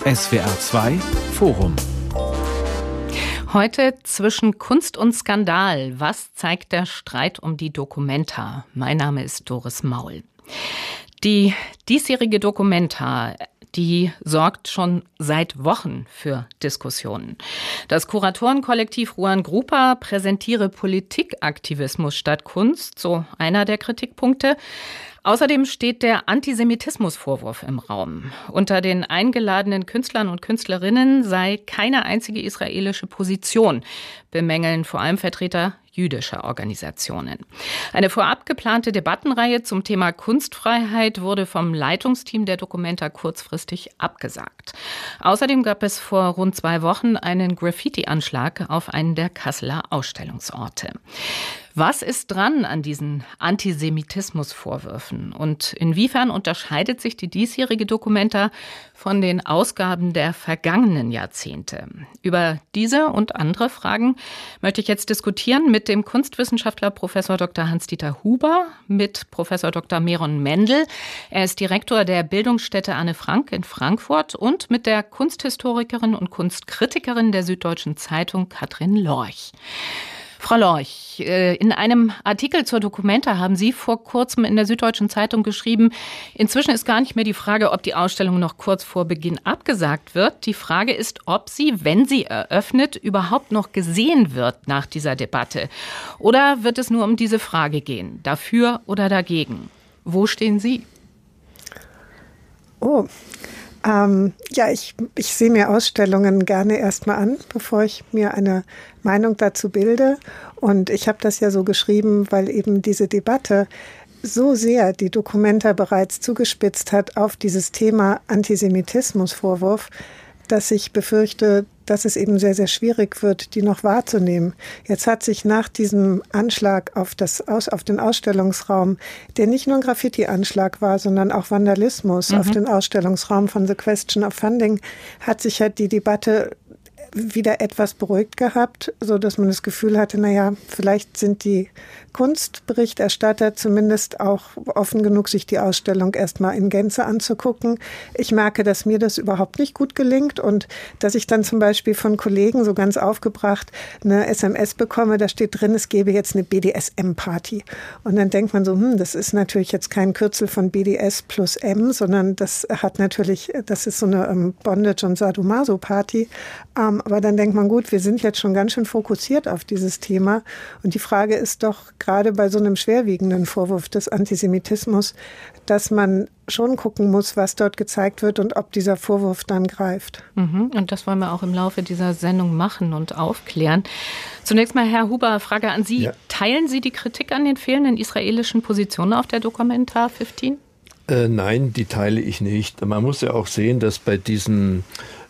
SWR 2 Forum. Heute zwischen Kunst und Skandal. Was zeigt der Streit um die Documenta? Mein Name ist Doris Maul. Die diesjährige Documenta, die sorgt schon seit Wochen für Diskussionen. Das Kuratorenkollektiv Ruan Grupa präsentiere Politikaktivismus statt Kunst, so einer der Kritikpunkte. Außerdem steht der Antisemitismusvorwurf im Raum. Unter den eingeladenen Künstlern und Künstlerinnen sei keine einzige israelische Position, bemängeln vor allem Vertreter jüdischer Organisationen. Eine vorab geplante Debattenreihe zum Thema Kunstfreiheit wurde vom Leitungsteam der Documenta kurzfristig abgesagt. Außerdem gab es vor rund 2 Wochen einen Graffiti-Anschlag auf einen der Kasseler Ausstellungsorte. Was ist dran an diesen Antisemitismusvorwürfen und inwiefern unterscheidet sich die diesjährige Documenta von den Ausgaben der vergangenen Jahrzehnte? Über diese und andere Fragen möchte ich jetzt diskutieren mit dem Kunstwissenschaftler Prof. Dr. Hans-Dieter Huber, mit Prof. Dr. Meron Mendel. Er ist Direktor der Bildungsstätte Anne Frank in Frankfurt und mit der Kunsthistorikerin und Kunstkritikerin der Süddeutschen Zeitung Katrin Lorch. Frau Lorch, in einem Artikel zur Documenta haben Sie vor kurzem in der Süddeutschen Zeitung geschrieben, inzwischen ist gar nicht mehr die Frage, ob die Ausstellung noch kurz vor Beginn abgesagt wird. Die Frage ist, ob sie, wenn sie eröffnet, überhaupt noch gesehen wird nach dieser Debatte. Oder wird es nur um diese Frage gehen, dafür oder dagegen? Wo stehen Sie? Ich sehe mir Ausstellungen gerne erstmal an, bevor ich mir eine Meinung dazu bilde. Und ich habe das ja so geschrieben, weil eben diese Debatte so sehr die Documenta bereits zugespitzt hat auf dieses Thema Antisemitismusvorwurf, dass ich befürchte, dass es eben sehr, sehr schwierig wird, die noch wahrzunehmen. Jetzt hat sich nach diesem Anschlag auf den Ausstellungsraum, der nicht nur ein Graffiti-Anschlag war, sondern auch Vandalismus auf den Ausstellungsraum von The Question of Funding, hat sich halt die Debatte wieder etwas beruhigt gehabt, so dass man das Gefühl hatte, vielleicht sind die Kunstberichterstatter zumindest auch offen genug, sich die Ausstellung erstmal in Gänze anzugucken. Ich merke, dass mir das überhaupt nicht gut gelingt und dass ich dann zum Beispiel von Kollegen so ganz aufgebracht eine SMS bekomme, da steht drin, es gäbe jetzt eine BDSM-Party. Und dann denkt man so, das ist natürlich jetzt kein Kürzel von BDS plus M, sondern das ist so eine Bondage- und Sadomaso-Party. Aber dann denkt man, gut, wir sind jetzt schon ganz schön fokussiert auf dieses Thema. Und die Frage ist doch gerade bei so einem schwerwiegenden Vorwurf des Antisemitismus, dass man schon gucken muss, was dort gezeigt wird und ob dieser Vorwurf dann greift. Und das wollen wir auch im Laufe dieser Sendung machen und aufklären. Zunächst mal, Herr Huber, Frage an Sie. Ja. Teilen Sie die Kritik an den fehlenden israelischen Positionen auf der Documenta 15? Nein, die teile ich nicht. Man muss ja auch sehen, dass bei diesen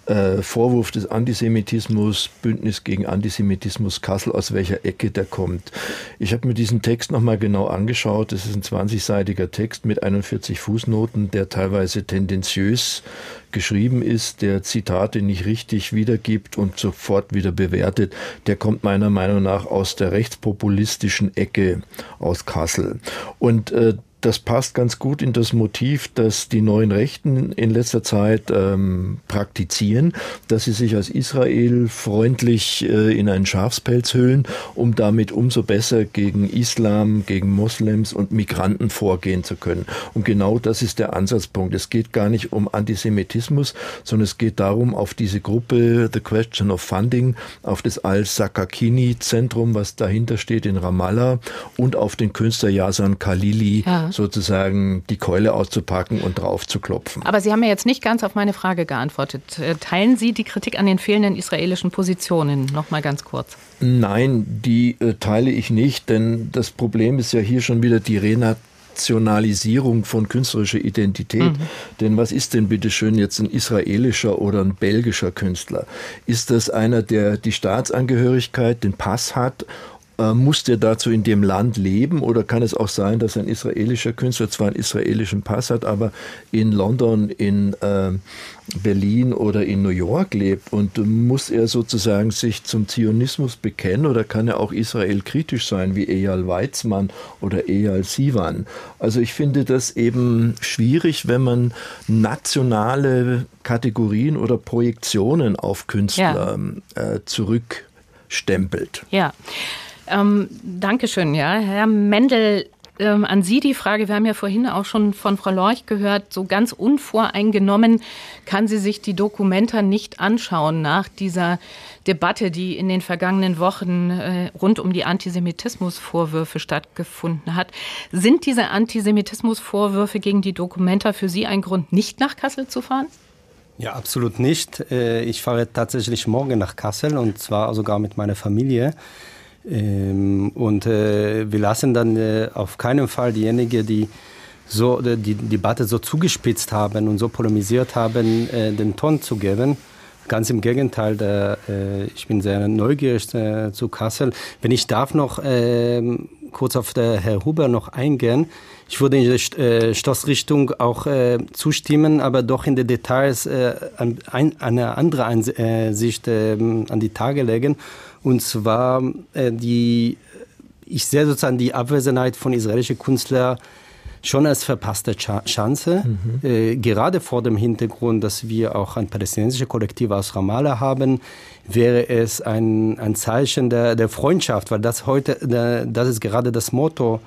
Vorwurf des Antisemitismus, Bündnis gegen Antisemitismus Kassel, aus welcher Ecke der kommt. Ich habe mir diesen Text nochmal genau angeschaut. Das ist ein 20-seitiger Text mit 41 Fußnoten, der teilweise tendenziös geschrieben ist, der Zitate nicht richtig wiedergibt und sofort wieder bewertet. Der kommt meiner Meinung nach aus der rechtspopulistischen Ecke aus Kassel. Und das passt ganz gut in das Motiv, das die neuen Rechten in letzter Zeit praktizieren, dass sie sich als Israel freundlich in einen Schafspelz hüllen, um damit umso besser gegen Islam, gegen Moslems und Migranten vorgehen zu können. Und genau das ist der Ansatzpunkt. Es geht gar nicht um Antisemitismus, sondern es geht darum, auf diese Gruppe The Question of Funding, auf das Al-Sakakini-Zentrum, was dahinter steht in Ramallah, und auf den Künstler Yazan Khalili, sozusagen die Keule auszupacken und drauf zu klopfen. Aber Sie haben ja jetzt nicht ganz auf meine Frage geantwortet. Teilen Sie die Kritik an den fehlenden israelischen Positionen? Noch mal ganz kurz. Nein, die teile ich nicht, denn das Problem ist ja hier schon wieder die Renationalisierung von künstlerischer Identität. Denn was ist denn bitte schön jetzt ein israelischer oder ein belgischer Künstler? Ist das einer, der die Staatsangehörigkeit, den Pass hat? Muss der dazu in dem Land leben oder kann es auch sein, dass ein israelischer Künstler zwar einen israelischen Pass hat, aber in London, in Berlin oder in New York lebt? Und muss er sozusagen sich zum Zionismus bekennen oder kann er auch Israel kritisch sein, wie Eyal Weizmann oder Eyal Sivan? Also ich finde das eben schwierig, wenn man nationale Kategorien oder Projektionen auf Künstler zurückstempelt. Ja, Dankeschön. Ja. Herr Mendel, an Sie die Frage, wir haben ja vorhin auch schon von Frau Lorch gehört, so ganz unvoreingenommen kann sie sich die Dokumenta nicht anschauen nach dieser Debatte, die in den vergangenen Wochen rund um die Antisemitismusvorwürfe stattgefunden hat. Sind diese Antisemitismusvorwürfe gegen die Dokumenta für Sie ein Grund, nicht nach Kassel zu fahren? Ja, absolut nicht. Ich fahre tatsächlich morgen nach Kassel und zwar sogar mit meiner Familie. Und wir lassen dann auf keinen Fall diejenigen, die so die Debatte so zugespitzt haben und so polemisiert haben, den Ton zu geben. Ganz im Gegenteil, ich bin sehr neugierig zu Kassel. Wenn ich darf noch kurz auf Herr Huber noch eingehen. Ich würde in der Stoßrichtung auch zustimmen, aber doch in den Details eine andere Ansicht an die Tage legen. Und zwar ich sehe sozusagen die Abwesenheit von israelischen Künstlern schon als verpasste Chance, gerade vor dem Hintergrund, dass wir auch ein palästinensisches Kollektiv aus Ramallah haben, wäre es ein Zeichen der Freundschaft, weil das ist gerade das Motto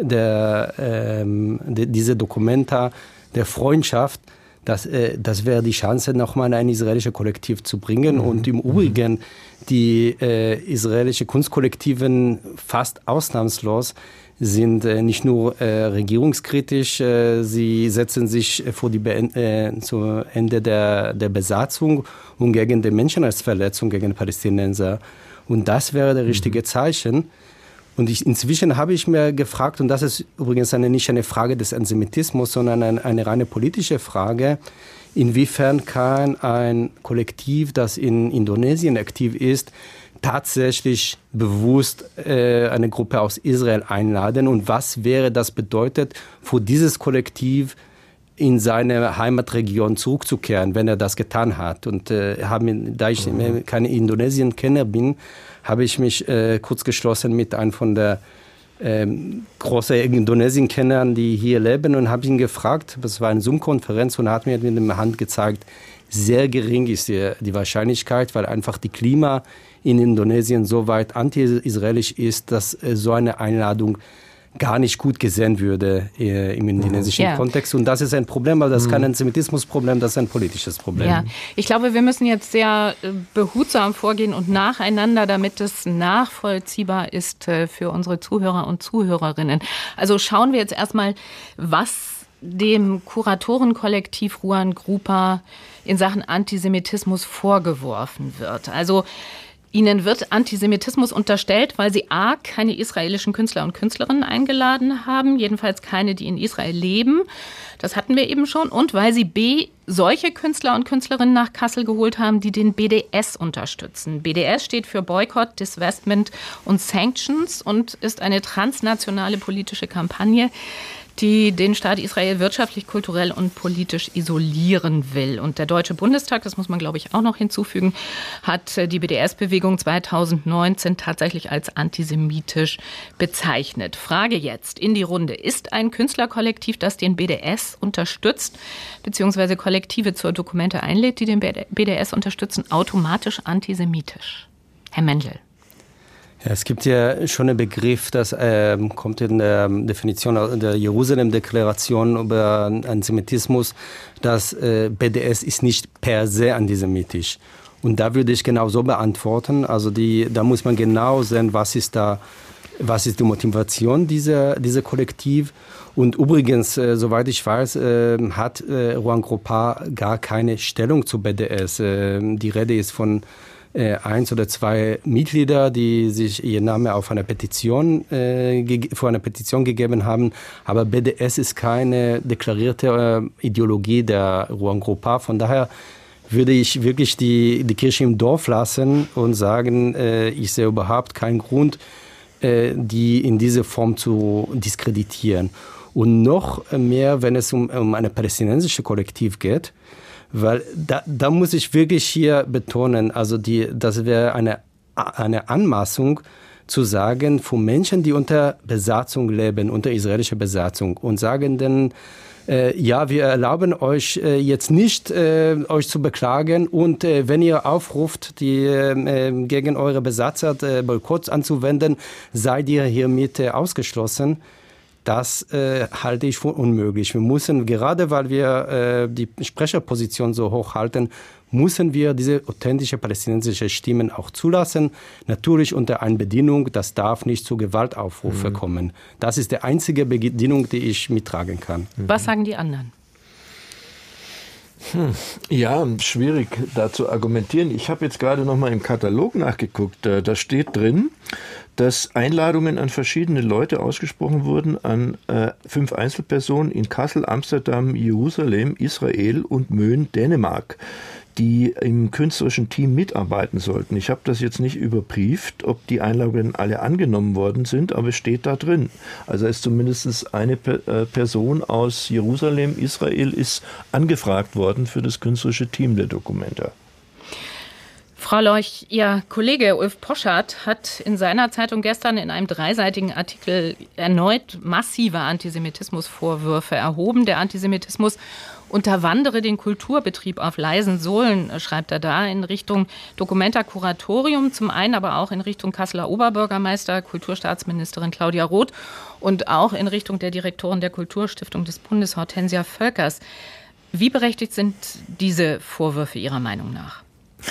dieser Dokumenta, der Freundschaft. Das wäre die Chance, nochmal ein israelisches Kollektiv zu bringen. Und im Übrigen, die israelischen Kunstkollektiven fast ausnahmslos sind nicht nur regierungskritisch, sie setzen sich vor zu Ende der Besatzung und gegen die Menschenrechtsverletzung gegen Palästinenser. Und das wäre das richtige Zeichen. Und inzwischen habe ich mir gefragt, und das ist übrigens nicht eine Frage des Antisemitismus, sondern eine reine politische Frage, inwiefern kann ein Kollektiv, das in Indonesien aktiv ist, tatsächlich bewusst eine Gruppe aus Israel einladen und was wäre das bedeutet, für dieses Kollektiv in seine Heimatregion zurückzukehren, wenn er das getan hat. Und da ich kein Indonesien-Kenner bin, habe ich mich kurz geschlossen mit einem von der großen Indonesien-Kennern, die hier leben, und habe ihn gefragt, das war eine Zoom-Konferenz, und er hat mir mit der Hand gezeigt, sehr gering ist die Wahrscheinlichkeit, weil einfach die Klima in Indonesien so weit anti-israelisch ist, dass so eine Einladung gar nicht gut gesehen würde im indonesischen Kontext. Und das ist ein Problem, aber das ist kein Antisemitismusproblem, das ist ein politisches Problem. Ja, ich glaube, wir müssen jetzt sehr behutsam vorgehen und nacheinander, damit es nachvollziehbar ist für unsere Zuhörer und Zuhörerinnen. Also schauen wir jetzt erstmal, was dem Kuratorenkollektiv Ruan Grupa in Sachen Antisemitismus vorgeworfen wird. Also ihnen wird Antisemitismus unterstellt, weil sie a. keine israelischen Künstler und Künstlerinnen eingeladen haben, jedenfalls keine, die in Israel leben. Das hatten wir eben schon. Und weil sie b. solche Künstler und Künstlerinnen nach Kassel geholt haben, die den BDS unterstützen. BDS steht für Boycott, Divestment und Sanctions und ist eine transnationale politische Kampagne, die den Staat Israel wirtschaftlich, kulturell und politisch isolieren will. Und der Deutsche Bundestag, das muss man, glaube ich, auch noch hinzufügen, hat die BDS-Bewegung 2019 tatsächlich als antisemitisch bezeichnet. Frage jetzt in die Runde. Ist ein Künstlerkollektiv, das den BDS unterstützt, beziehungsweise Kollektive zur Dokumente einlädt, die den BDS unterstützen, automatisch antisemitisch? Herr Mendel. Ja, es gibt ja schon einen Begriff, das kommt in der Definition der Jerusalem-Deklaration über Antisemitismus, dass BDS ist nicht per se antisemitisch. Und da würde ich genau so beantworten. Also da muss man genau sehen, was ist die Motivation dieser Kollektiv. Und übrigens, soweit ich weiß, hat Ruan Grupa gar keine Stellung zu BDS. Die Rede ist von 1 oder 2 Mitglieder, die sich ihr Name auf einer Petition, vor einer Petition gegeben haben. Aber BDS ist keine deklarierte Ideologie der Ruan Grupa. Von daher würde ich wirklich die Kirche im Dorf lassen und sagen, ich sehe überhaupt keinen Grund, die in dieser Form zu diskreditieren. Und noch mehr, wenn es um ein palästinensisches Kollektiv geht, weil da muss ich wirklich hier betonen, also das wäre eine Anmaßung zu sagen, für Menschen, die unter Besatzung leben, unter israelischer Besatzung, und sagen dann, ja, wir erlauben euch jetzt nicht, euch zu beklagen und wenn ihr aufruft, gegen eure Besatzer Boykotts anzuwenden, seid ihr hiermit ausgeschlossen. Das halte ich für unmöglich. Wir müssen, gerade weil wir die Sprecherposition so hoch halten, müssen wir diese authentische palästinensische Stimmen auch zulassen. Natürlich unter einer Bedingung, das darf nicht zu Gewaltaufrufe kommen. Das ist die einzige Bedingung, die ich mittragen kann. Was sagen die anderen? Ja, schwierig da zu argumentieren. Ich habe jetzt gerade noch mal im Katalog nachgeguckt. Da steht drin, dass Einladungen an verschiedene Leute ausgesprochen wurden, an 5 Einzelpersonen in Kassel, Amsterdam, Jerusalem, Israel und Möen, Dänemark, die im künstlerischen Team mitarbeiten sollten. Ich habe das jetzt nicht überprüft, ob die Einladungen alle angenommen worden sind, aber es steht da drin. Also ist zumindest eine Person aus Jerusalem, Israel, ist angefragt worden für das künstlerische Team der Documenta. Frau Leuch, Ihr Kollege Ulf Poschardt hat in seiner Zeitung gestern in einem 3-seitigen Artikel erneut massive Antisemitismusvorwürfe erhoben. Der Antisemitismus unterwandere den Kulturbetrieb auf leisen Sohlen, schreibt er da, in Richtung Documenta Kuratorium, zum einen aber auch in Richtung Kasseler Oberbürgermeister, Kulturstaatsministerin Claudia Roth und auch in Richtung der Direktorin der Kulturstiftung des Bundes, Hortensia Völkers. Wie berechtigt sind diese Vorwürfe Ihrer Meinung nach?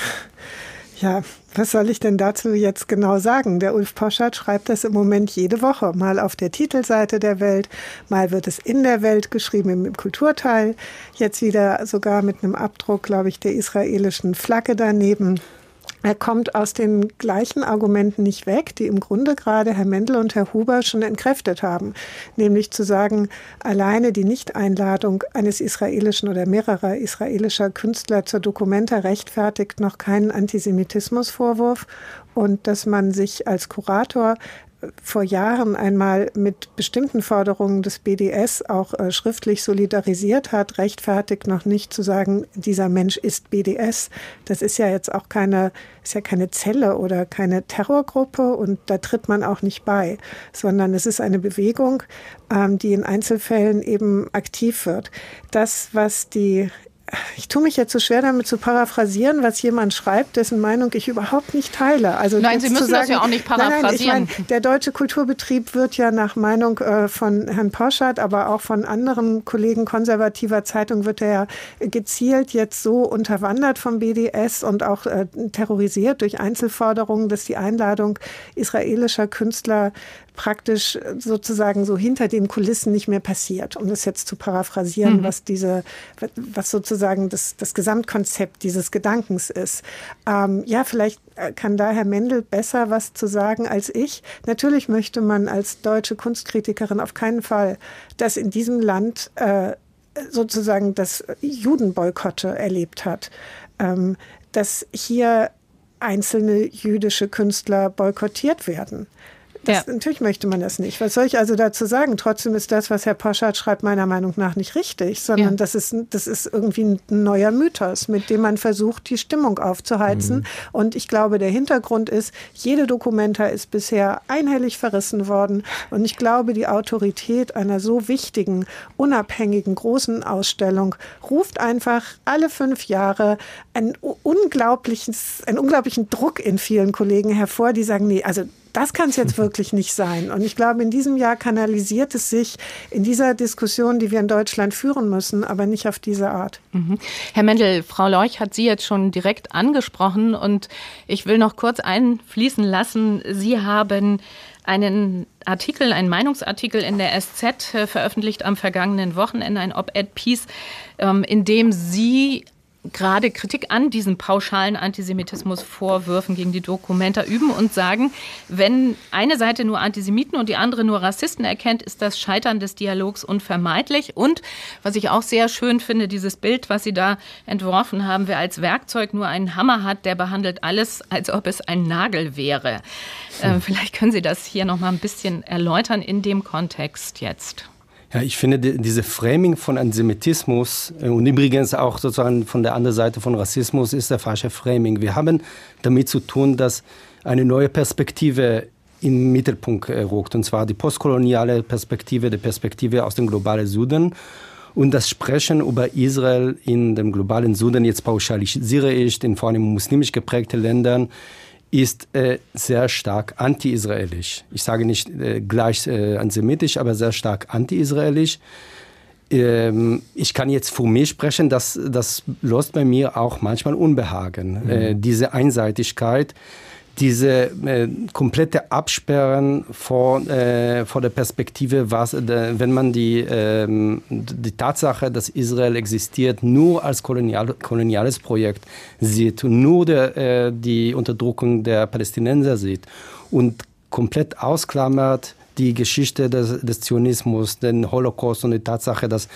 Ja, was soll ich denn dazu jetzt genau sagen? Der Ulf Poschardt schreibt das im Moment jede Woche. Mal auf der Titelseite der Welt, mal wird es in der Welt geschrieben im Kulturteil. Jetzt wieder sogar mit einem Abdruck, glaube ich, der israelischen Flagge daneben. Er kommt aus den gleichen Argumenten nicht weg, die im Grunde gerade Herr Mendel und Herr Huber schon entkräftet haben. Nämlich zu sagen, alleine die Nichteinladung eines israelischen oder mehrerer israelischer Künstler zur Documenta rechtfertigt noch keinen Antisemitismusvorwurf und dass man sich als Kurator vor Jahren einmal mit bestimmten Forderungen des BDS auch schriftlich solidarisiert hat, rechtfertigt noch nicht zu sagen, dieser Mensch ist BDS. Das ist ja jetzt auch keine Zelle oder keine Terrorgruppe und da tritt man auch nicht bei, sondern es ist eine Bewegung, die in Einzelfällen eben aktiv wird. Das, was ich tue mich jetzt so schwer damit zu paraphrasieren, was jemand schreibt, dessen Meinung ich überhaupt nicht teile. Also nein, Sie müssen das ja auch nicht paraphrasieren. Ich meine, der deutsche Kulturbetrieb wird ja nach Meinung von Herrn Poschardt, aber auch von anderen Kollegen konservativer Zeitung wird er ja gezielt jetzt so unterwandert vom BDS und auch terrorisiert durch Einzelforderungen, dass die Einladung israelischer Künstler praktisch sozusagen so hinter den Kulissen nicht mehr passiert, um das jetzt zu paraphrasieren, was sozusagen das Gesamtkonzept dieses Gedankens ist. Ja, vielleicht kann da Herr Mendel besser was zu sagen als ich. Natürlich möchte man als deutsche Kunstkritikerin auf keinen Fall, dass in diesem Land sozusagen das Judenboykotte erlebt hat, dass hier einzelne jüdische Künstler boykottiert werden. Natürlich möchte man das nicht. Was soll ich also dazu sagen? Trotzdem ist das, was Herr Poschardt schreibt, meiner Meinung nach nicht richtig, sondern das ist irgendwie ein neuer Mythos, mit dem man versucht, die Stimmung aufzuheizen. Und ich glaube, der Hintergrund ist, jede Documenta ist bisher einhellig verrissen worden. Und ich glaube, die Autorität einer so wichtigen, unabhängigen, großen Ausstellung ruft einfach alle 5 Jahre einen unglaublichen Druck in vielen Kollegen hervor, die sagen, nee, also das kann es jetzt wirklich nicht sein. Und ich glaube, in diesem Jahr kanalisiert es sich in dieser Diskussion, die wir in Deutschland führen müssen, aber nicht auf diese Art. Herr Mendel, Frau Leuch hat Sie jetzt schon direkt angesprochen und ich will noch kurz einfließen lassen. Sie haben einen Meinungsartikel in der SZ veröffentlicht am vergangenen Wochenende, ein Op-Ed-Piece, in dem Sie gerade Kritik an diesen pauschalen Antisemitismusvorwürfen gegen die Documenta üben und sagen, wenn eine Seite nur Antisemiten und die andere nur Rassisten erkennt, ist das Scheitern des Dialogs unvermeidlich. Und was ich auch sehr schön finde, dieses Bild, was Sie da entworfen haben, wer als Werkzeug nur einen Hammer hat, der behandelt alles, als ob es ein Nagel wäre. Vielleicht können Sie das hier noch mal ein bisschen erläutern in dem Kontext jetzt. Ja, ich finde, diese Framing von Antisemitismus und übrigens auch sozusagen von der anderen Seite von Rassismus ist der falsche Framing. Wir haben damit zu tun, dass eine neue Perspektive im Mittelpunkt rückt, und zwar die postkoloniale Perspektive, die Perspektive aus dem globalen Süden. Und das Sprechen über Israel in dem globalen Süden, jetzt pauschalisiere ich, in vor allem muslimisch geprägten Ländern, ist sehr stark anti-israelisch. Ich sage nicht gleich antisemitisch, aber sehr stark anti-israelisch. Ich kann jetzt für mich sprechen, das löst bei mir auch manchmal Unbehagen. Diese Einseitigkeit, diese komplette Absperren vor der Perspektive, wenn man die Tatsache, dass Israel existiert, nur als koloniales Projekt sieht und nur die Unterdrückung der Palästinenser sieht und komplett ausklammert die Geschichte des Zionismus, den Holocaust und die Tatsache, dass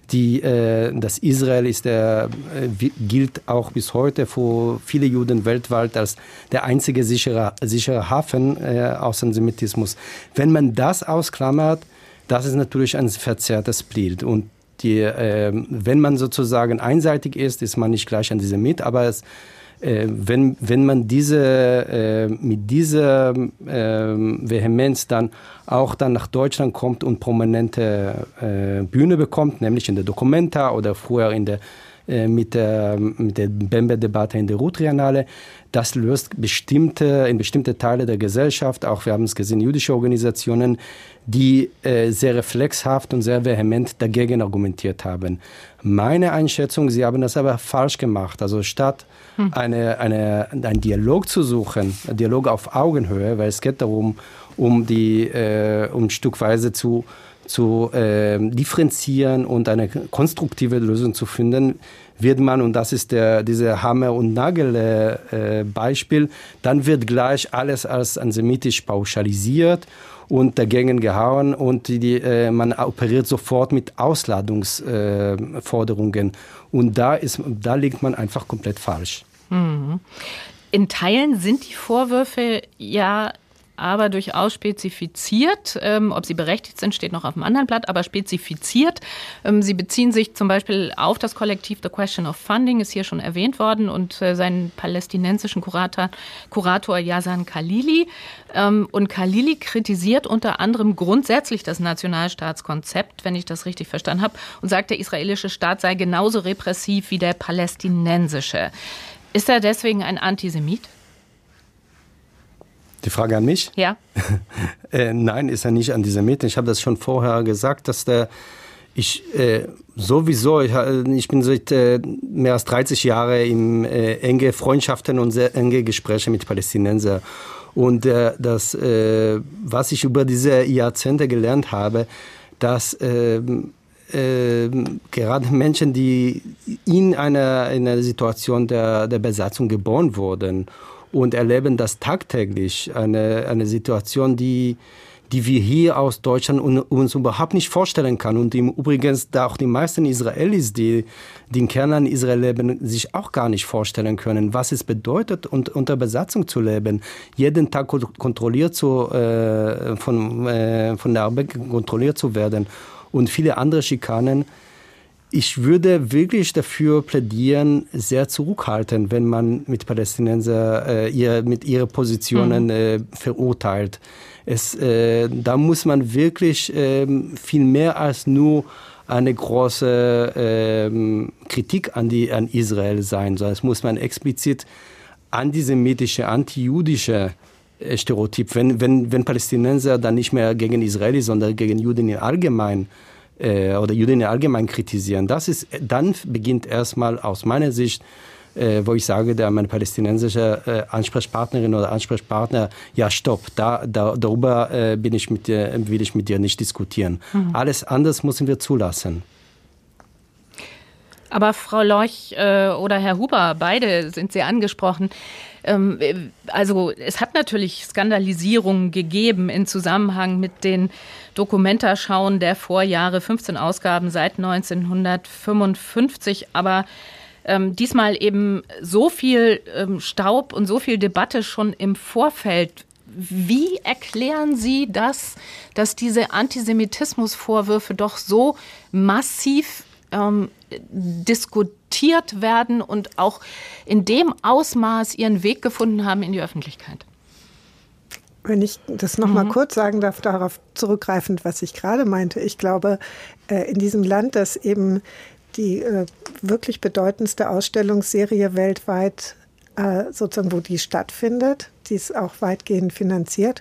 Israel gilt auch bis heute für viele Juden weltweit als der einzige sichere Hafen aus Antisemitismus. Wenn man das ausklammert, das ist natürlich ein verzerrtes Bild. Und wenn man sozusagen einseitig ist man nicht gleich Antisemit, aber wenn man mit dieser Vehemenz dann auch nach Deutschland kommt und prominente Bühne bekommt, nämlich in der Documenta oder früher mit der Bembe-Debatte in der Ruhr-Triennale, das löst in bestimmte Teile der Gesellschaft, auch wir haben es gesehen, jüdische Organisationen, die sehr reflexhaft und sehr vehement dagegen argumentiert haben. Meine Einschätzung, sie haben das aber falsch gemacht. Also statt einen Dialog zu suchen, einen Dialog auf Augenhöhe, weil es geht darum, um stückweise zu differenzieren und eine konstruktive Lösung zu finden, wird man, und das ist diese Hammer- und Nagel-Beispiel, dann wird gleich alles als antisemitisch pauschalisiert und dagegen gehauen und man operiert sofort mit Ausladungsforderungen. Und da liegt man einfach komplett falsch. In Teilen sind die Vorwürfe ja aber durchaus spezifiziert. Ob sie berechtigt sind, steht noch auf dem anderen Blatt, aber spezifiziert. Sie beziehen sich zum Beispiel auf das Kollektiv The Question of Funding, ist hier schon erwähnt worden, und seinen palästinensischen Kurator Yazan Khalili. Und Khalili kritisiert unter anderem grundsätzlich das Nationalstaatskonzept, wenn ich das richtig verstanden habe, und sagt, der israelische Staat sei genauso repressiv wie der palästinensische. Ist er deswegen ein Antisemit? Die Frage an mich? Ja. Nein, ist er nicht Antisemit. Ich habe das schon vorher gesagt, dass ich bin seit mehr als 30 Jahren in enge Freundschaften und sehr enge Gespräche mit Palästinensern. Und was ich über diese Jahrzehnte gelernt habe, dass gerade Menschen, die in einer Situation der Besatzung geboren wurden und erleben das tagtäglich, eine Situation, die wir hier aus Deutschland uns überhaupt nicht vorstellen können. Und im Übrigen auch die meisten Israelis, die in Kern an Israel leben, sich auch gar nicht vorstellen können, was es bedeutet, unter Besatzung zu leben. Jeden Tag kontrolliert von der Arbeit kontrolliert zu werden. Und viele andere Schikanen. Ich würde wirklich dafür plädieren, sehr zurückhaltend, wenn man mit Palästinenser mit ihren Positionen verurteilt. Da muss man wirklich viel mehr als nur eine große Kritik an Israel sein, sondern es muss man explizit antisemitische, antijüdische Stereotyp. Wenn Palästinenser dann nicht mehr gegen Israelis, sondern gegen Juden im Allgemeinen oder Juden allgemein kritisieren. Dann beginnt erstmal aus meiner Sicht, wo ich sage, meine palästinensische Ansprechpartnerin oder Ansprechpartner, ja stopp, darüber will ich mit dir nicht diskutieren. Alles anderes müssen wir zulassen. Aber Frau Lorch oder Herr Huber, beide sind sehr angesprochen. Also es hat natürlich Skandalisierungen gegeben in Zusammenhang mit den Dokumenta-Schauen der Vorjahre, 15 Ausgaben seit 1955, aber diesmal eben so viel Staub und so viel Debatte schon im Vorfeld. Wie erklären Sie das, dass diese Antisemitismusvorwürfe doch so massiv diskutiert werden und auch in dem Ausmaß ihren Weg gefunden haben in die Öffentlichkeit? Wenn ich das noch mal kurz sagen darf, darauf zurückgreifend, was ich gerade meinte. Ich glaube, in diesem Land, das eben die wirklich bedeutendste Ausstellungsserie weltweit sozusagen, wo die stattfindet, die ist auch weitgehend finanziert,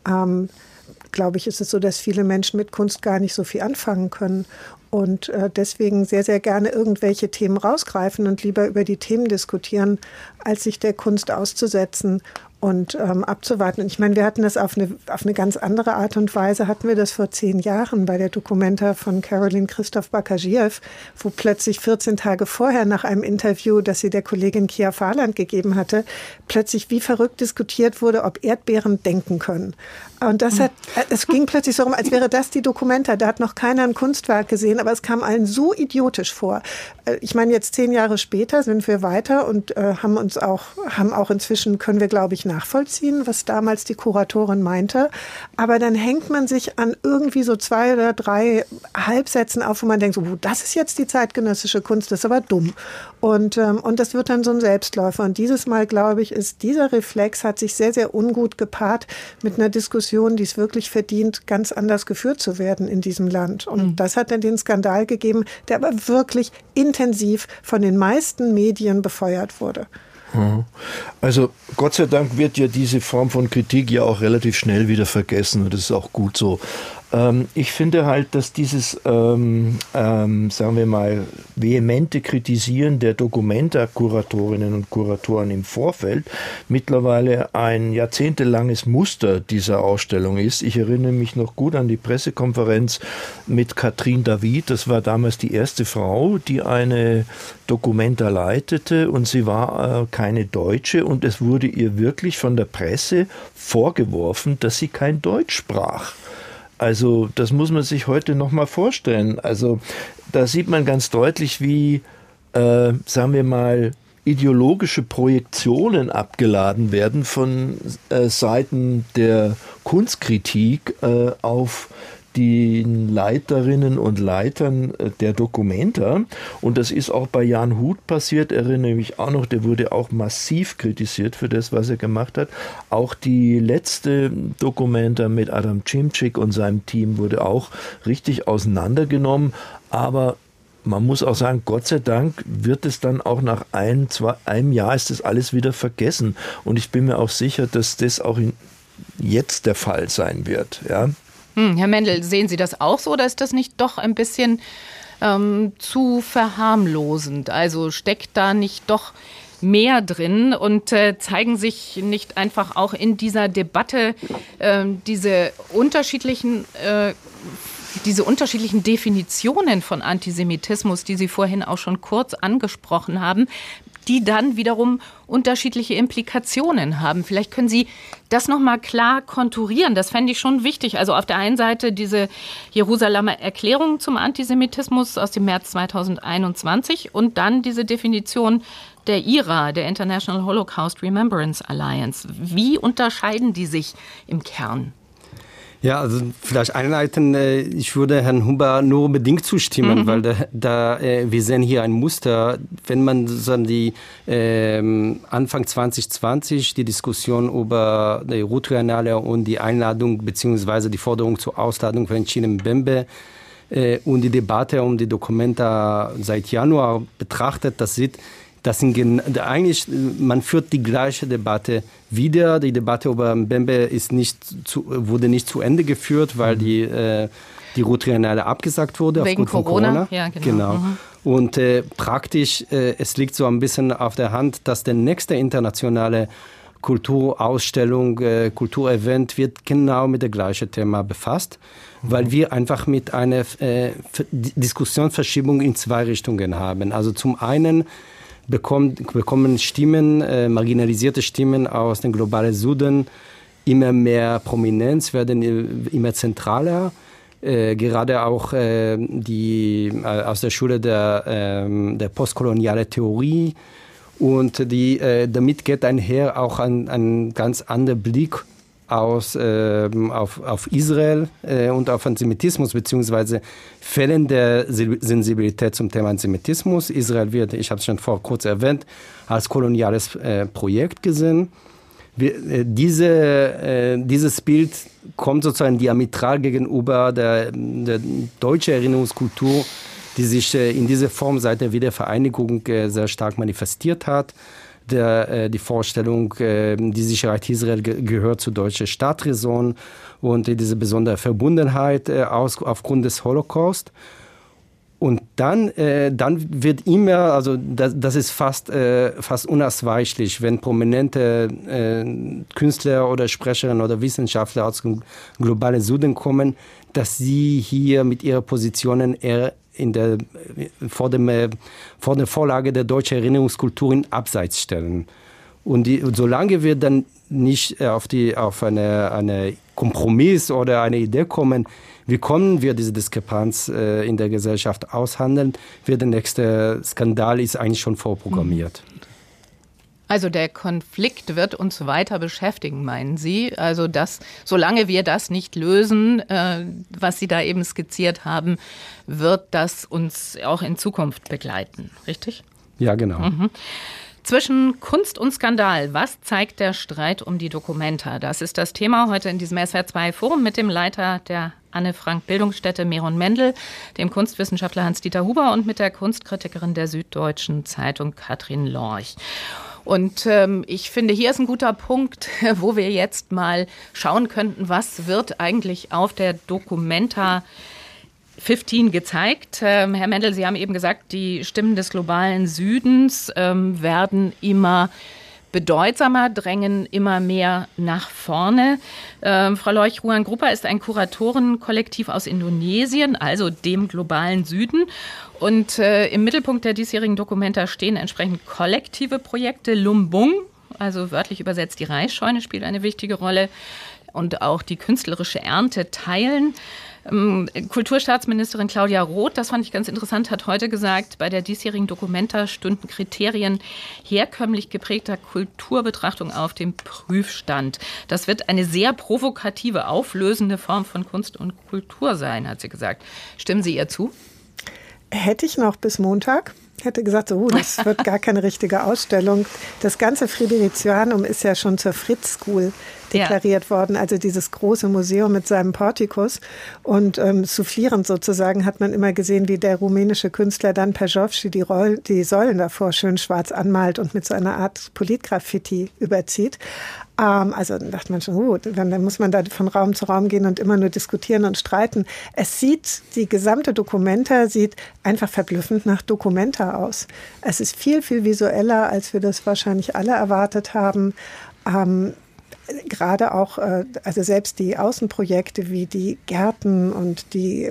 glaube ich, ist es so, dass viele Menschen mit Kunst gar nicht so viel anfangen können und deswegen sehr, sehr gerne irgendwelche Themen rausgreifen und lieber über die Themen diskutieren, als sich der Kunst auszusetzen und abzuwarten. Und ich meine, wir hatten das auf eine ganz andere Art und Weise, hatten wir das vor 10 Jahren bei der Documenta von Caroline Christoph Bakagiev, wo plötzlich 14 Tage vorher nach einem Interview, das sie der Kollegin Kia Farland gegeben hatte, plötzlich wie verrückt diskutiert wurde, ob Erdbeeren denken können. Und es ging plötzlich so rum, als wäre das die Documenta. Da hat noch keiner ein Kunstwerk gesehen, aber es kam allen so idiotisch vor. Ich meine, jetzt 10 Jahre später sind wir weiter und haben auch inzwischen, können wir, glaube ich, nachvollziehen, was damals die Kuratorin meinte. Aber dann hängt man sich an irgendwie so 2 oder 3 Halbsätzen auf, wo man denkt, so, das ist jetzt die zeitgenössische Kunst, das ist aber dumm. Und das wird dann so ein Selbstläufer. Und dieses Mal, glaube ich, ist dieser Reflex, hat sich sehr, sehr ungut gepaart mit einer Diskussion, die es wirklich verdient, ganz anders geführt zu werden in diesem Land. Und das hat dann den Skandal gegeben, der aber wirklich intensiv von den meisten Medien befeuert wurde. Also Gott sei Dank wird ja diese Form von Kritik ja auch relativ schnell wieder vergessen und das ist auch gut so. Ich finde halt, dass dieses, sagen wir mal, vehemente Kritisieren der Documenta-Kuratorinnen und Kuratoren im Vorfeld mittlerweile ein jahrzehntelanges Muster dieser Ausstellung ist. Ich erinnere mich noch gut an die Pressekonferenz mit Katrin David. Das war damals die erste Frau, die eine Documenta leitete und sie war keine Deutsche und es wurde ihr wirklich von der Presse vorgeworfen, dass sie kein Deutsch sprach. Also das muss man sich heute noch mal vorstellen. Also da sieht man ganz deutlich, wie, sagen wir mal, ideologische Projektionen abgeladen werden von Seiten der Kunstkritik auf die Leiterinnen und Leitern der Documenta. Und das ist auch bei Jan Huth passiert, erinnere mich auch noch, der wurde auch massiv kritisiert für das, was er gemacht hat. Auch die letzte Documenta mit Adam Cimcik und seinem Team wurde auch richtig auseinandergenommen. Aber man muss auch sagen, Gott sei Dank wird es dann auch nach einem Jahr ist das alles wieder vergessen. Und ich bin mir auch sicher, dass das auch jetzt der Fall sein wird, ja. Herr Mendel, sehen Sie das auch so oder ist das nicht doch ein bisschen zu verharmlosend? Also steckt da nicht doch mehr drin und zeigen sich nicht einfach auch in dieser Debatte diese unterschiedlichen Definitionen von Antisemitismus, die Sie vorhin auch schon kurz angesprochen haben, die dann wiederum unterschiedliche Implikationen haben. Vielleicht können Sie das nochmal klar konturieren. Das fände ich schon wichtig. Also auf der einen Seite diese Jerusalemer Erklärung zum Antisemitismus aus dem März 2021 und dann diese Definition der IRA, der International Holocaust Remembrance Alliance. Wie unterscheiden die sich im Kern? Ja, also vielleicht einleiten, ich würde Herrn Huber nur bedingt zustimmen, weil wir sehen hier ein Muster, wenn man so die Anfang 2020 die Diskussion über die Ruhr-Triennale und die Einladung bzw. die Forderung zur Ausladung von Chinem Mbembe und die Debatte um die Documenta seit Januar betrachtet, das sieht, eigentlich, man führt die gleiche Debatte wieder. Die Debatte über Mbembe wurde nicht zu Ende geführt, weil die Ruhr-Triennale abgesagt wurde wegen aufgrund von Corona. Ja, genau. Und praktisch, es liegt so ein bisschen auf der Hand, dass der nächste internationale Kulturausstellung, Kulturevent wird genau mit dem gleichen Thema befasst, weil wir einfach mit einer Diskussionsverschiebung in 2 Richtungen haben. Also zum einen bekommen Stimmen, marginalisierte Stimmen aus dem globalen Süden immer mehr Prominenz, werden immer zentraler. Gerade auch aus der Schule der postkoloniale Theorie. Und damit geht einher auch ein ganz anderer Blick auf Israel und auf Antisemitismus beziehungsweise fehlende Sensibilität zum Thema Antisemitismus. Israel wird, ich habe es schon kurz erwähnt, als koloniales Projekt gesehen, Dieses Bild kommt sozusagen diametral gegenüber der deutschen Erinnerungskultur, die sich in dieser Form seit der Wiedervereinigung sehr stark manifestiert hat. Die Vorstellung, die Sicherheit Israel gehört zur deutschen Staatsräson und diese besondere Verbundenheit aufgrund des Holocaust. Und dann wird immer, also das ist fast unausweichlich, wenn prominente Künstler oder Sprecherinnen oder Wissenschaftler aus dem globalen Süden kommen, dass sie hier mit ihren Positionen eher vor der Vorlage der deutschen Erinnerungskultur in Abseits stellen. Und solange wir dann nicht auf eine Kompromiss oder eine Idee kommen, wie können wir diese Diskrepanz in der Gesellschaft aushandeln, der nächste Skandal ist eigentlich schon vorprogrammiert. Also der Konflikt wird uns weiter beschäftigen, meinen Sie? Also solange wir das nicht lösen, was Sie da eben skizziert haben, wird das uns auch in Zukunft begleiten, richtig? Ja, genau. Mhm. Zwischen Kunst und Skandal, was zeigt der Streit um die Documenta? Das ist das Thema heute in diesem SWR2-Forum mit dem Leiter der Anne-Frank-Bildungsstätte Meron Mendel, dem Kunstwissenschaftler Hans-Dieter Huber und mit der Kunstkritikerin der Süddeutschen Zeitung Katrin Lorch. Und ich finde, hier ist ein guter Punkt, wo wir jetzt mal schauen könnten, was wird eigentlich auf der Documenta 15 gezeigt. Herr Mendel, Sie haben eben gesagt, die Stimmen des globalen Südens werden immer bedeutsamer, drängen immer mehr nach vorne. Frau Lorch, Ruan Grupa ist ein Kuratorenkollektiv aus Indonesien, also dem globalen Süden. Und im Mittelpunkt der diesjährigen Documenta stehen entsprechend kollektive Projekte. Lumbung, also wörtlich übersetzt die Reisscheune, spielt eine wichtige Rolle. Und auch die künstlerische Ernte teilen. Kulturstaatsministerin Claudia Roth, das fand ich ganz interessant, hat heute gesagt, bei der diesjährigen Documenta stünden Kriterien herkömmlich geprägter Kulturbetrachtung auf dem Prüfstand. Das wird eine sehr provokative, auflösende Form von Kunst und Kultur sein, hat sie gesagt. Stimmen Sie ihr zu? Hätte ich noch bis Montag. Hätte gesagt, das wird gar keine richtige Ausstellung. Das ganze Fridericianum ist ja schon zur Fritz School deklariert worden, also dieses große Museum mit seinem Portikus. Und soufflierend sozusagen hat man immer gesehen, wie der rumänische Künstler Dan Pejovci die Säulen davor schön schwarz anmalt und mit so einer Art Politgraffiti überzieht. Also dann dachte man schon, dann muss man da von Raum zu Raum gehen und immer nur diskutieren und streiten. Die gesamte Documenta sieht einfach verblüffend nach Documenta aus. Es ist viel, viel visueller, als wir das wahrscheinlich alle erwartet haben. Gerade auch, also selbst die Außenprojekte wie die Gärten und die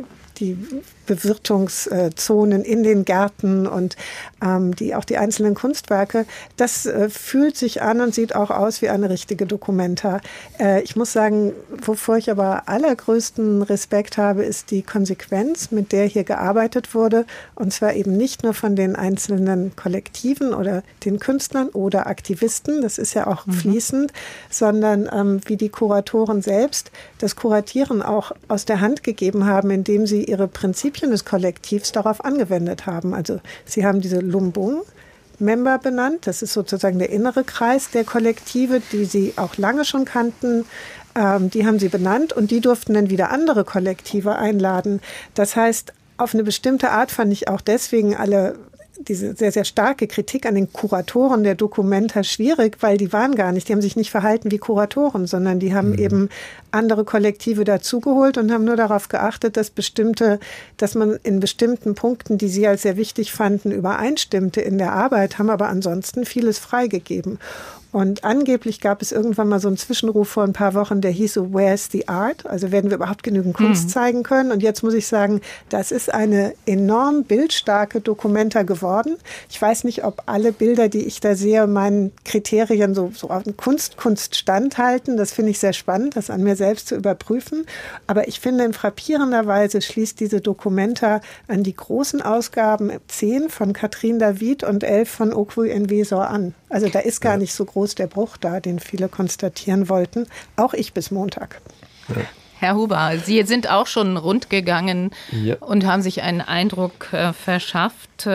Bewirtungszonen in den Gärten und auch die einzelnen Kunstwerke, das fühlt sich an und sieht auch aus wie eine richtige Documenta. Ich muss sagen, wovor ich aber allergrößten Respekt habe, ist die Konsequenz, mit der hier gearbeitet wurde. Und zwar eben nicht nur von den einzelnen Kollektiven oder den Künstlern oder Aktivisten, das ist ja auch fließend, sondern wie die Kuratoren selbst das Kuratieren auch aus der Hand gegeben haben, indem sie ihre Prinzipien des Kollektivs darauf angewendet haben. Also sie haben diese Lumbung-Member benannt. Das ist sozusagen der innere Kreis der Kollektive, die sie auch lange schon kannten. Die haben sie benannt und die durften dann wieder andere Kollektive einladen. Das heißt, auf eine bestimmte Art fand ich auch deswegen diese sehr, sehr starke Kritik an den Kuratoren der Documenta schwierig, weil die haben sich nicht verhalten wie Kuratoren, sondern die haben eben andere Kollektive dazugeholt und haben nur darauf geachtet, dass man in bestimmten Punkten, die sie als sehr wichtig fanden, übereinstimmte in der Arbeit, haben aber ansonsten vieles freigegeben. Und angeblich gab es irgendwann mal so einen Zwischenruf vor ein paar Wochen, der hieß so, where's the art? Also werden wir überhaupt genügend Kunst zeigen können? Und jetzt muss ich sagen, das ist eine enorm bildstarke Documenta geworden. Ich weiß nicht, ob alle Bilder, die ich da sehe, meinen Kriterien so auf Kunst standhalten. Das finde ich sehr spannend, das an mir selbst zu überprüfen. Aber ich finde, in frappierender Weise schließt diese Documenta an die großen Ausgaben 10 von Katrin David und 11 von Okwu Enwesor an. Also da ist gar nicht so groß der Bruch da, den viele konstatieren wollten. Auch ich bis Montag. Ja. Herr Huber, Sie sind auch schon rundgegangen und haben sich einen Eindruck verschafft.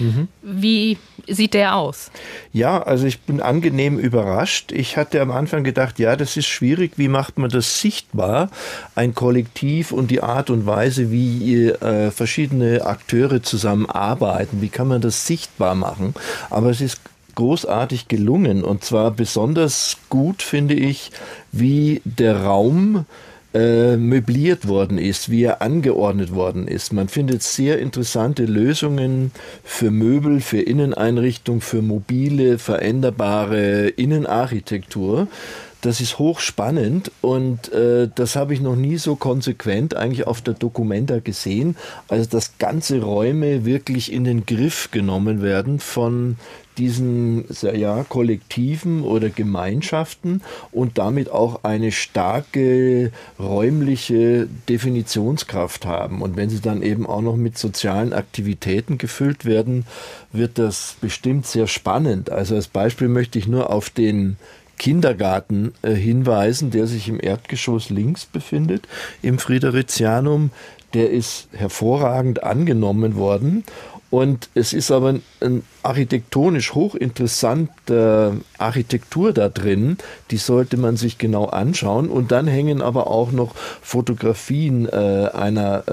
Wie sieht der aus? Ja, also ich bin angenehm überrascht. Ich hatte am Anfang gedacht, ja, das ist schwierig. Wie macht man das sichtbar? Ein Kollektiv und die Art und Weise, wie verschiedene Akteure zusammenarbeiten. Wie kann man das sichtbar machen? Aber es ist großartig gelungen. Und zwar besonders gut, finde ich, wie der Raum möbliert worden ist, wie er angeordnet worden ist. Man findet sehr interessante Lösungen für Möbel, für Inneneinrichtung, für mobile, veränderbare Innenarchitektur. Das ist hochspannend und das habe ich noch nie so konsequent eigentlich auf der Documenta gesehen, also dass ganze Räume wirklich in den Griff genommen werden von diesen Kollektiven oder Gemeinschaften und damit auch eine starke räumliche Definitionskraft haben. Und wenn sie dann eben auch noch mit sozialen Aktivitäten gefüllt werden, wird das bestimmt sehr spannend. Also als Beispiel möchte ich nur auf den Kindergarten hinweisen, der sich im Erdgeschoss links befindet, im Fridericianum. Der ist hervorragend angenommen worden. Und es ist aber eine architektonisch hochinteressante Architektur da drin, die sollte man sich genau anschauen. Und dann hängen aber auch noch Fotografien einer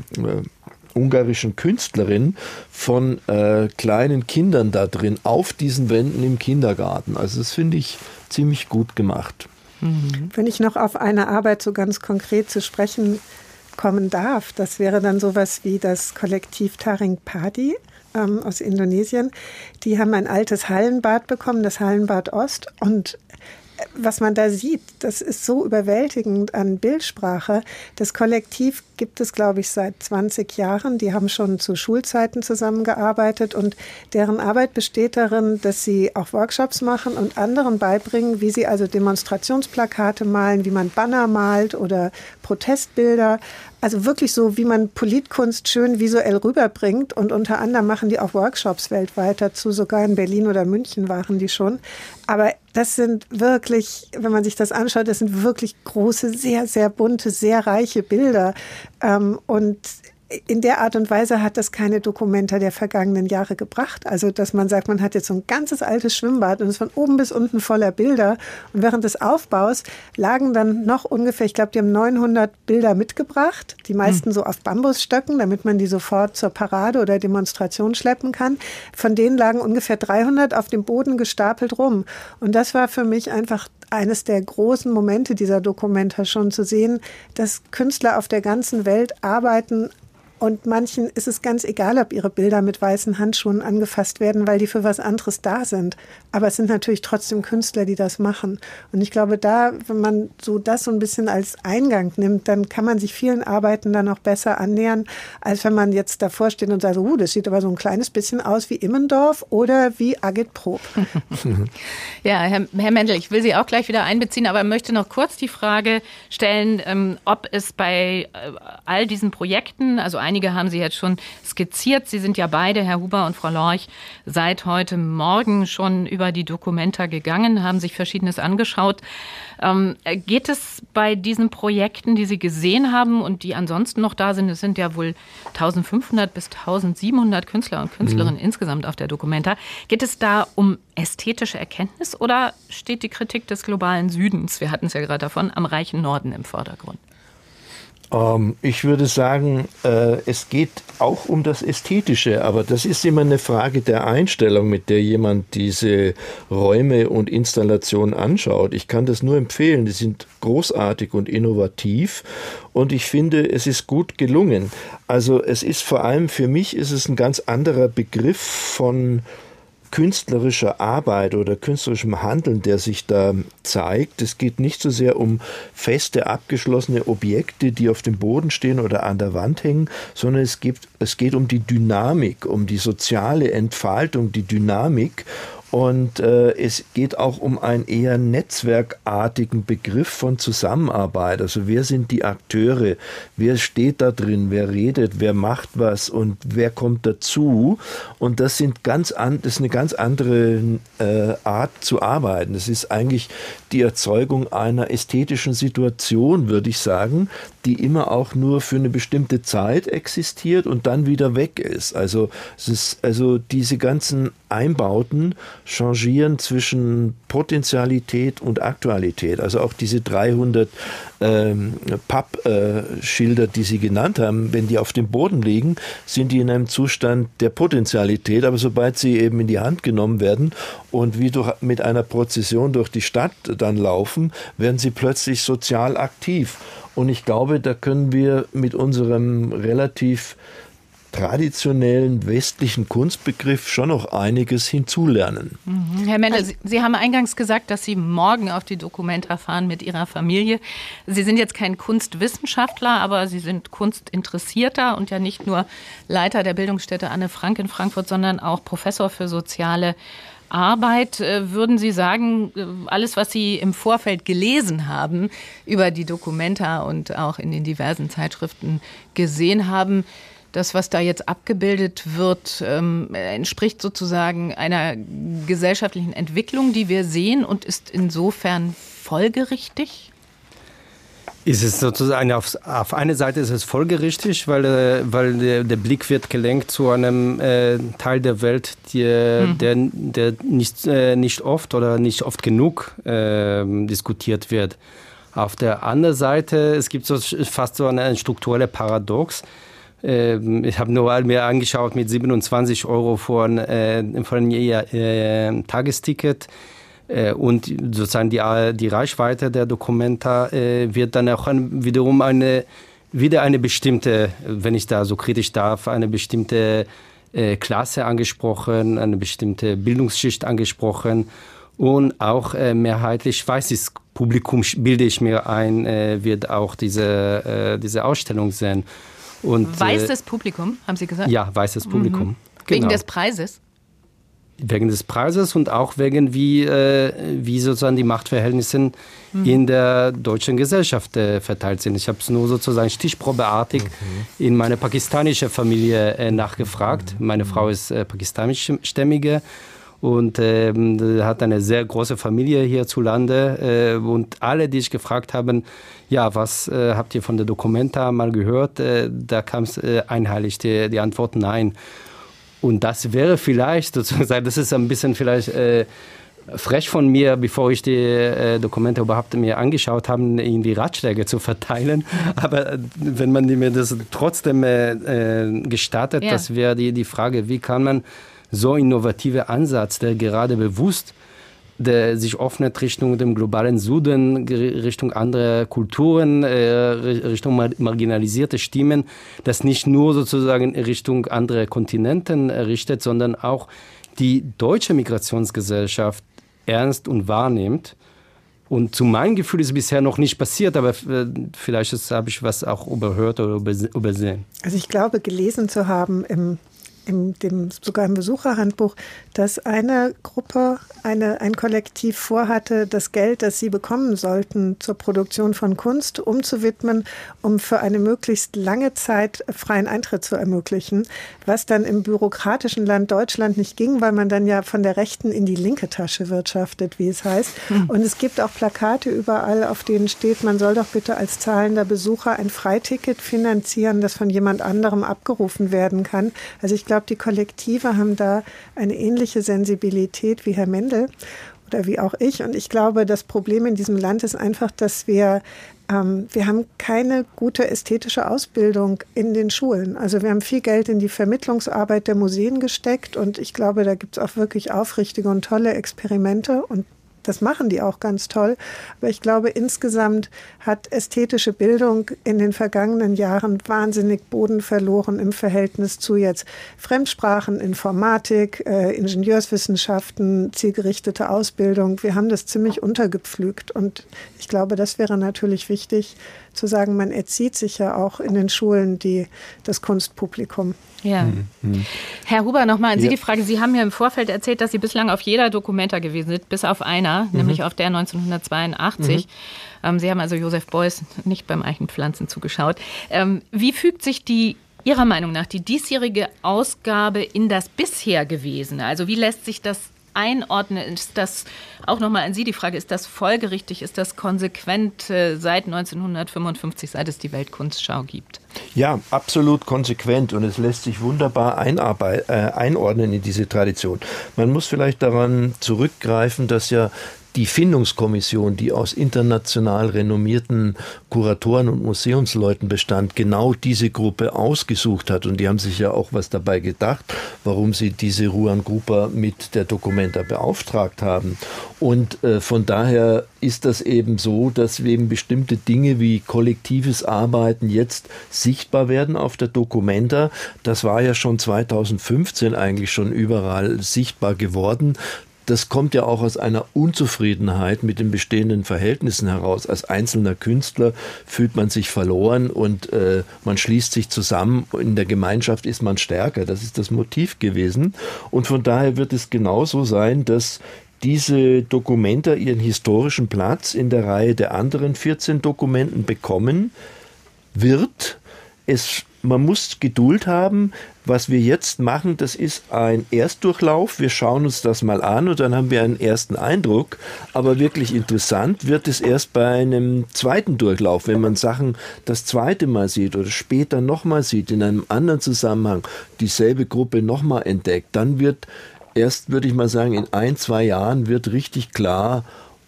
ungarischen Künstlerin von kleinen Kindern da drin auf diesen Wänden im Kindergarten. Also das finde ich ziemlich gut gemacht. Wenn ich noch auf eine Arbeit so ganz konkret zu sprechen kommen darf, das wäre dann sowas wie das Kollektiv Taring Padi aus Indonesien. Die haben ein altes Hallenbad bekommen, das Hallenbad Ost, und was man da sieht, das ist so überwältigend an Bildsprache. Das Kollektiv gibt es, glaube ich, seit 20 Jahren. Die haben schon zu Schulzeiten zusammengearbeitet und deren Arbeit besteht darin, dass sie auch Workshops machen und anderen beibringen, wie sie also Demonstrationsplakate malen, wie man Banner malt oder Protestbilder. Also wirklich so, wie man Politkunst schön visuell rüberbringt. Und unter anderem machen die auch Workshops weltweit dazu. Sogar in Berlin oder München waren die schon. Aber das sind wirklich, wenn man sich das anschaut, das sind wirklich große, sehr, sehr bunte, sehr reiche Bilder. Und in der Art und Weise hat das keine Documenta der vergangenen Jahre gebracht. Also, dass man sagt, man hat jetzt so ein ganzes altes Schwimmbad und es ist von oben bis unten voller Bilder. Und während des Aufbaus lagen dann noch ungefähr, ich glaube, die haben 900 Bilder mitgebracht. Die meisten so auf Bambusstöcken, damit man die sofort zur Parade oder Demonstration schleppen kann. Von denen lagen ungefähr 300 auf dem Boden gestapelt rum. Und das war für mich einfach eines der großen Momente dieser Documenta, schon zu sehen, dass Künstler auf der ganzen Welt arbeiten. Und manchen ist es ganz egal, ob ihre Bilder mit weißen Handschuhen angefasst werden, weil die für was anderes da sind. Aber es sind natürlich trotzdem Künstler, die das machen. Und ich glaube, da, wenn man so das so ein bisschen als Eingang nimmt, dann kann man sich vielen Arbeiten dann auch besser annähern, als wenn man jetzt davor steht und sagt, das sieht aber so ein kleines bisschen aus wie Immendorf oder wie Agitprop. Ja, Herr Mendel, ich will Sie auch gleich wieder einbeziehen, aber möchte noch kurz die Frage stellen, ob es bei all diesen Projekten, also einige haben Sie jetzt schon skizziert. Sie sind ja beide, Herr Huber und Frau Lorch, seit heute Morgen schon über die Documenta gegangen, haben sich Verschiedenes angeschaut. Geht es bei diesen Projekten, die Sie gesehen haben und die ansonsten noch da sind, es sind ja wohl 1500 bis 1700 Künstler und Künstlerinnen insgesamt auf der Documenta, geht es da um ästhetische Erkenntnis oder steht die Kritik des globalen Südens, wir hatten es ja gerade davon, am reichen Norden im Vordergrund? Ich würde sagen, es geht auch um das Ästhetische, aber das ist immer eine Frage der Einstellung, mit der jemand diese Räume und Installationen anschaut. Ich kann das nur empfehlen, die sind großartig und innovativ und ich finde, es ist gut gelungen. Also es ist vor allem, für mich ist es ein ganz anderer Begriff von künstlerischer Arbeit oder künstlerischem Handeln, der sich da zeigt. Es geht nicht so sehr um feste, abgeschlossene Objekte, die auf dem Boden stehen oder an der Wand hängen, sondern es geht um die Dynamik, um die soziale Entfaltung, die Dynamik. Und es geht auch um einen eher netzwerkartigen Begriff von Zusammenarbeit. Also wer sind die Akteure? Wer steht da drin? Wer redet? Wer macht was? Und wer kommt dazu? Und das ist eine ganz andere Art zu arbeiten. Das ist eigentlich die Erzeugung einer ästhetischen Situation, würde ich sagen, die immer auch nur für eine bestimmte Zeit existiert und dann wieder weg ist. Also diese ganzen Einbauten changieren zwischen Potentialität und Aktualität. Also auch diese 300 Pappschilder, die Sie genannt haben, wenn die auf dem Boden liegen, sind die in einem Zustand der Potentialität. Aber sobald sie eben in die Hand genommen werden und wie mit einer Prozession durch die Stadt dann laufen, werden sie plötzlich sozial aktiv. Und ich glaube, da können wir mit unserem relativ traditionellen westlichen Kunstbegriff schon noch einiges hinzulernen. Herr Mendel, Sie haben eingangs gesagt, dass Sie morgen auf die Documenta fahren mit Ihrer Familie. Sie sind jetzt kein Kunstwissenschaftler, aber Sie sind Kunstinteressierter und ja nicht nur Leiter der Bildungsstätte Anne Frank in Frankfurt, sondern auch Professor für soziale Arbeit. Würden Sie sagen, alles, was Sie im Vorfeld gelesen haben über die Documenta und auch in den diversen Zeitschriften gesehen haben, das, was da jetzt abgebildet wird, entspricht sozusagen einer gesellschaftlichen Entwicklung, die wir sehen und ist insofern folgerichtig? Ist es sozusagen auf eine Seite ist es folgerichtig, weil der Blick wird gelenkt zu einem Teil der Welt, der nicht oft oder nicht oft genug diskutiert wird. Auf der anderen Seite, es gibt fast so ein strukturelles Paradox. Ich habe nur mir angeschaut mit 27 € von Tagesticket und sozusagen die Reichweite der Documenta wird dann auch wiederum wieder eine bestimmte, wenn ich da so kritisch darf, eine bestimmte Klasse angesprochen, eine bestimmte Bildungsschicht angesprochen und auch mehrheitlich weißes Publikum, bilde ich mir ein, wird auch diese Ausstellung sehen. Und, weißes Publikum, haben Sie gesagt? Ja, weißes Publikum. Wegen Genau. des Preises? Wegen des Preises und auch wegen wie sozusagen die Machtverhältnisse in der deutschen Gesellschaft verteilt sind. Ich habe es nur sozusagen stichprobeartig in meine pakistanische Familie nachgefragt. Meine Frau ist pakistanischstämmige und hat eine sehr große Familie hierzulande. Und alle, die ich gefragt habe, ja, was habt ihr von der Documenta mal gehört? Da kam es einheitlich die Antwort nein. Und das wäre vielleicht sozusagen, das ist ein bisschen vielleicht frech von mir, bevor ich die Dokumente überhaupt mir angeschaut habe, irgendwie Ratschläge zu verteilen. Aber wenn man mir das trotzdem gestattet, ja. Das wäre die Frage, wie kann man so innovative Ansatz, der gerade bewusst der sich öffnet Richtung dem globalen Süden, Richtung andere Kulturen, Richtung marginalisierte Stimmen, das nicht nur sozusagen Richtung andere Kontinenten richtet, sondern auch die deutsche Migrationsgesellschaft ernst und wahrnimmt. Und zu meinem Gefühl ist es bisher noch nicht passiert, aber vielleicht habe ich was auch überhört oder übersehen. Also ich glaube, gelesen zu haben sogar im Besucherhandbuch, dass eine Gruppe, ein Kollektiv vorhatte, das Geld, das sie bekommen sollten zur Produktion von Kunst, umzuwidmen, um für eine möglichst lange Zeit freien Eintritt zu ermöglichen, was dann im bürokratischen Land Deutschland nicht ging, weil man dann ja von der rechten in die linke Tasche wirtschaftet, wie es heißt. Und es gibt auch Plakate überall, auf denen steht, man soll doch bitte als zahlender Besucher ein Freiticket finanzieren, das von jemand anderem abgerufen werden kann. Also ich glaube, die Kollektive haben da eine ähnliche Sensibilität wie Herr Mendel oder wie auch ich. Und ich glaube, das Problem in diesem Land ist einfach, dass wir haben keine gute ästhetische Ausbildung in den Schulen. Also wir haben viel Geld in die Vermittlungsarbeit der Museen gesteckt und ich glaube, da gibt es auch wirklich aufrichtige und tolle Experimente und das machen die auch ganz toll. Aber ich glaube, insgesamt hat ästhetische Bildung in den vergangenen Jahren wahnsinnig Boden verloren im Verhältnis zu jetzt Fremdsprachen, Informatik, Ingenieurswissenschaften, zielgerichtete Ausbildung. Wir haben das ziemlich untergepflügt. Und ich glaube, das wäre natürlich wichtig, zu sagen, man erzieht sich ja auch in den Schulen das Kunstpublikum. Ja. Herr Huber, nochmal an Sie die Frage. Sie haben mir im Vorfeld erzählt, dass Sie bislang auf jeder Documenta gewesen sind, bis auf einer, nämlich auf der 1982. Sie haben also Joseph Beuys nicht beim Eichenpflanzen zugeschaut. Wie fügt sich Ihrer Meinung nach die diesjährige Ausgabe in das bisher Gewesene? Also wie lässt sich das einordnen? Ist das, auch nochmal an Sie die Frage, ist das folgerichtig, ist das konsequent seit 1955, seit es die Weltkunstschau gibt? Ja, absolut konsequent und es lässt sich wunderbar einordnen in diese Tradition. Man muss vielleicht daran zurückgreifen, dass ja die Findungskommission, die aus international renommierten Kuratoren und Museumsleuten bestand, genau diese Gruppe ausgesucht hat. Und die haben sich ja auch was dabei gedacht, warum sie diese Ruan Grupa mit der Documenta beauftragt haben. Und von daher ist das eben so, dass eben bestimmte Dinge wie kollektives Arbeiten jetzt sichtbar werden auf der Documenta. Das war ja schon 2015 eigentlich schon überall sichtbar geworden. Das kommt ja auch aus einer Unzufriedenheit mit den bestehenden Verhältnissen heraus. Als einzelner Künstler fühlt man sich verloren und man schließt sich zusammen. In der Gemeinschaft ist man stärker. Das ist das Motiv gewesen. Und von daher wird es genauso sein, dass diese Documenta ihren historischen Platz in der Reihe der anderen 14 Dokumenten bekommen wird. Man muss Geduld haben. Was wir jetzt machen, das ist ein Erstdurchlauf. Wir schauen uns das mal an und dann haben wir einen ersten Eindruck. Aber wirklich interessant wird es erst bei einem zweiten Durchlauf, wenn man Sachen das zweite Mal sieht oder später nochmal sieht, in einem anderen Zusammenhang, dieselbe Gruppe nochmal entdeckt. Dann wird erst, würde ich mal sagen, in 1-2 Jahren wird richtig klar,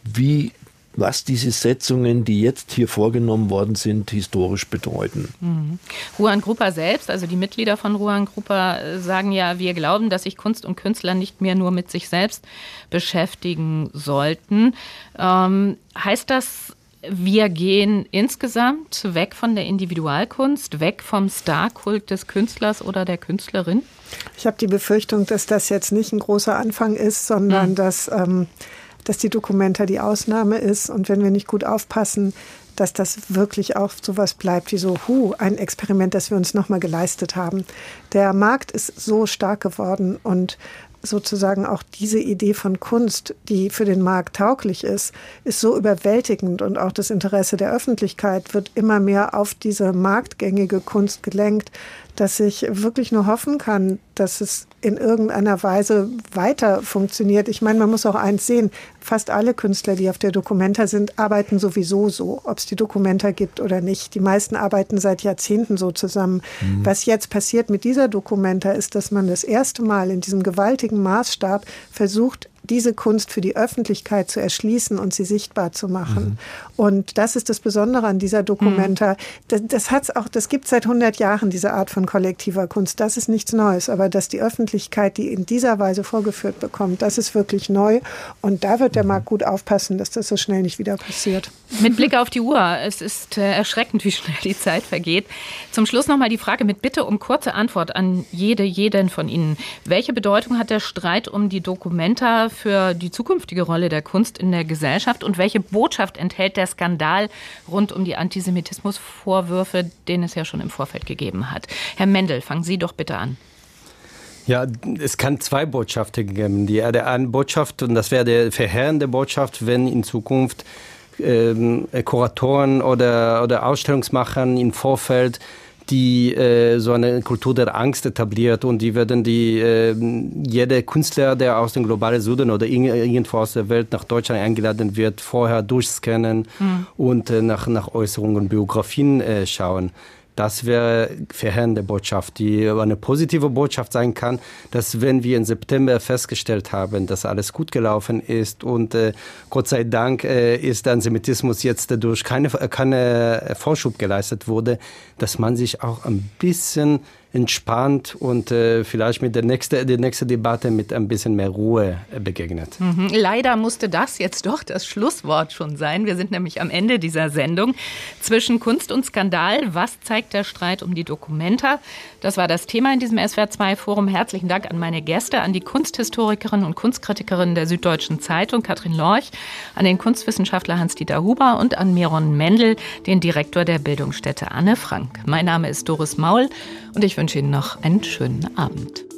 was diese Setzungen, die jetzt hier vorgenommen worden sind, historisch bedeuten. Ruan Grupa selbst, also die Mitglieder von Ruan Grupa, sagen ja, wir glauben, dass sich Kunst und Künstler nicht mehr nur mit sich selbst beschäftigen sollten. Heißt das, wir gehen insgesamt weg von der Individualkunst, weg vom Starkult des Künstlers oder der Künstlerin? Ich habe die Befürchtung, dass das jetzt nicht ein großer Anfang ist, sondern dass die Documenta die Ausnahme ist und wenn wir nicht gut aufpassen, dass das wirklich auch sowas bleibt wie so, ein Experiment, das wir uns nochmal geleistet haben. Der Markt ist so stark geworden und sozusagen auch diese Idee von Kunst, die für den Markt tauglich ist so überwältigend und auch das Interesse der Öffentlichkeit wird immer mehr auf diese marktgängige Kunst gelenkt, dass ich wirklich nur hoffen kann, dass es in irgendeiner Weise weiter funktioniert. Ich meine, man muss auch eins sehen, fast alle Künstler, die auf der Documenta sind, arbeiten sowieso so, ob es die Documenta gibt oder nicht. Die meisten arbeiten seit Jahrzehnten so zusammen. Was jetzt passiert mit dieser Documenta ist, dass man das erste Mal in diesem gewaltigen Maßstab versucht, diese Kunst für die Öffentlichkeit zu erschließen und sie sichtbar zu machen. Und das ist das Besondere an dieser Documenta. Das gibt es seit 100 Jahren, diese Art von kollektiver Kunst. Das ist nichts Neues. Aber dass die Öffentlichkeit die in dieser Weise vorgeführt bekommt, das ist wirklich neu. Und da wird der Markt gut aufpassen, dass das so schnell nicht wieder passiert. Mit Blick auf die Uhr, es ist erschreckend, wie schnell die Zeit vergeht. Zum Schluss nochmal die Frage mit Bitte um kurze Antwort an jeden von Ihnen. Welche Bedeutung hat der Streit um die Documenta für die zukünftige Rolle der Kunst in der Gesellschaft und welche Botschaft enthält der Skandal rund um die Antisemitismusvorwürfe, den es ja schon im Vorfeld gegeben hat? Herr Mendel, fangen Sie doch bitte an. Ja, es kann 2 Botschaften geben. Die eine Botschaft, und das wäre die verheerende Botschaft, wenn in Zukunft Kuratoren oder Ausstellungsmachern im Vorfeld die so eine Kultur der Angst etabliert und die werden jeder Künstler, der aus dem globalen Süden oder irgendwo aus der Welt nach Deutschland eingeladen wird, vorher durchscannen und nach Äußerungen und Biografien schauen. Das wäre verheerende Botschaft, die eine positive Botschaft sein kann, dass wenn wir im September festgestellt haben, dass alles gut gelaufen ist und Gott sei Dank ist der Antisemitismus jetzt dadurch keine Vorschub geleistet wurde, dass man sich auch ein bisschen entspannt und vielleicht mit der nächste Debatte mit ein bisschen mehr Ruhe begegnet. Leider musste das jetzt doch das Schlusswort schon sein. Wir sind nämlich am Ende dieser Sendung. Zwischen Kunst und Skandal, was zeigt der Streit um die Documenta? Das war das Thema in diesem SWR2-Forum. Herzlichen Dank an meine Gäste, an die Kunsthistorikerin und Kunstkritikerin der Süddeutschen Zeitung, Katrin Lorch, an den Kunstwissenschaftler Hans-Dieter Huber und an Miron Mendel, den Direktor der Bildungsstätte Anne Frank. Mein Name ist Doris Maul und ich wünsche Ihnen noch einen schönen Abend.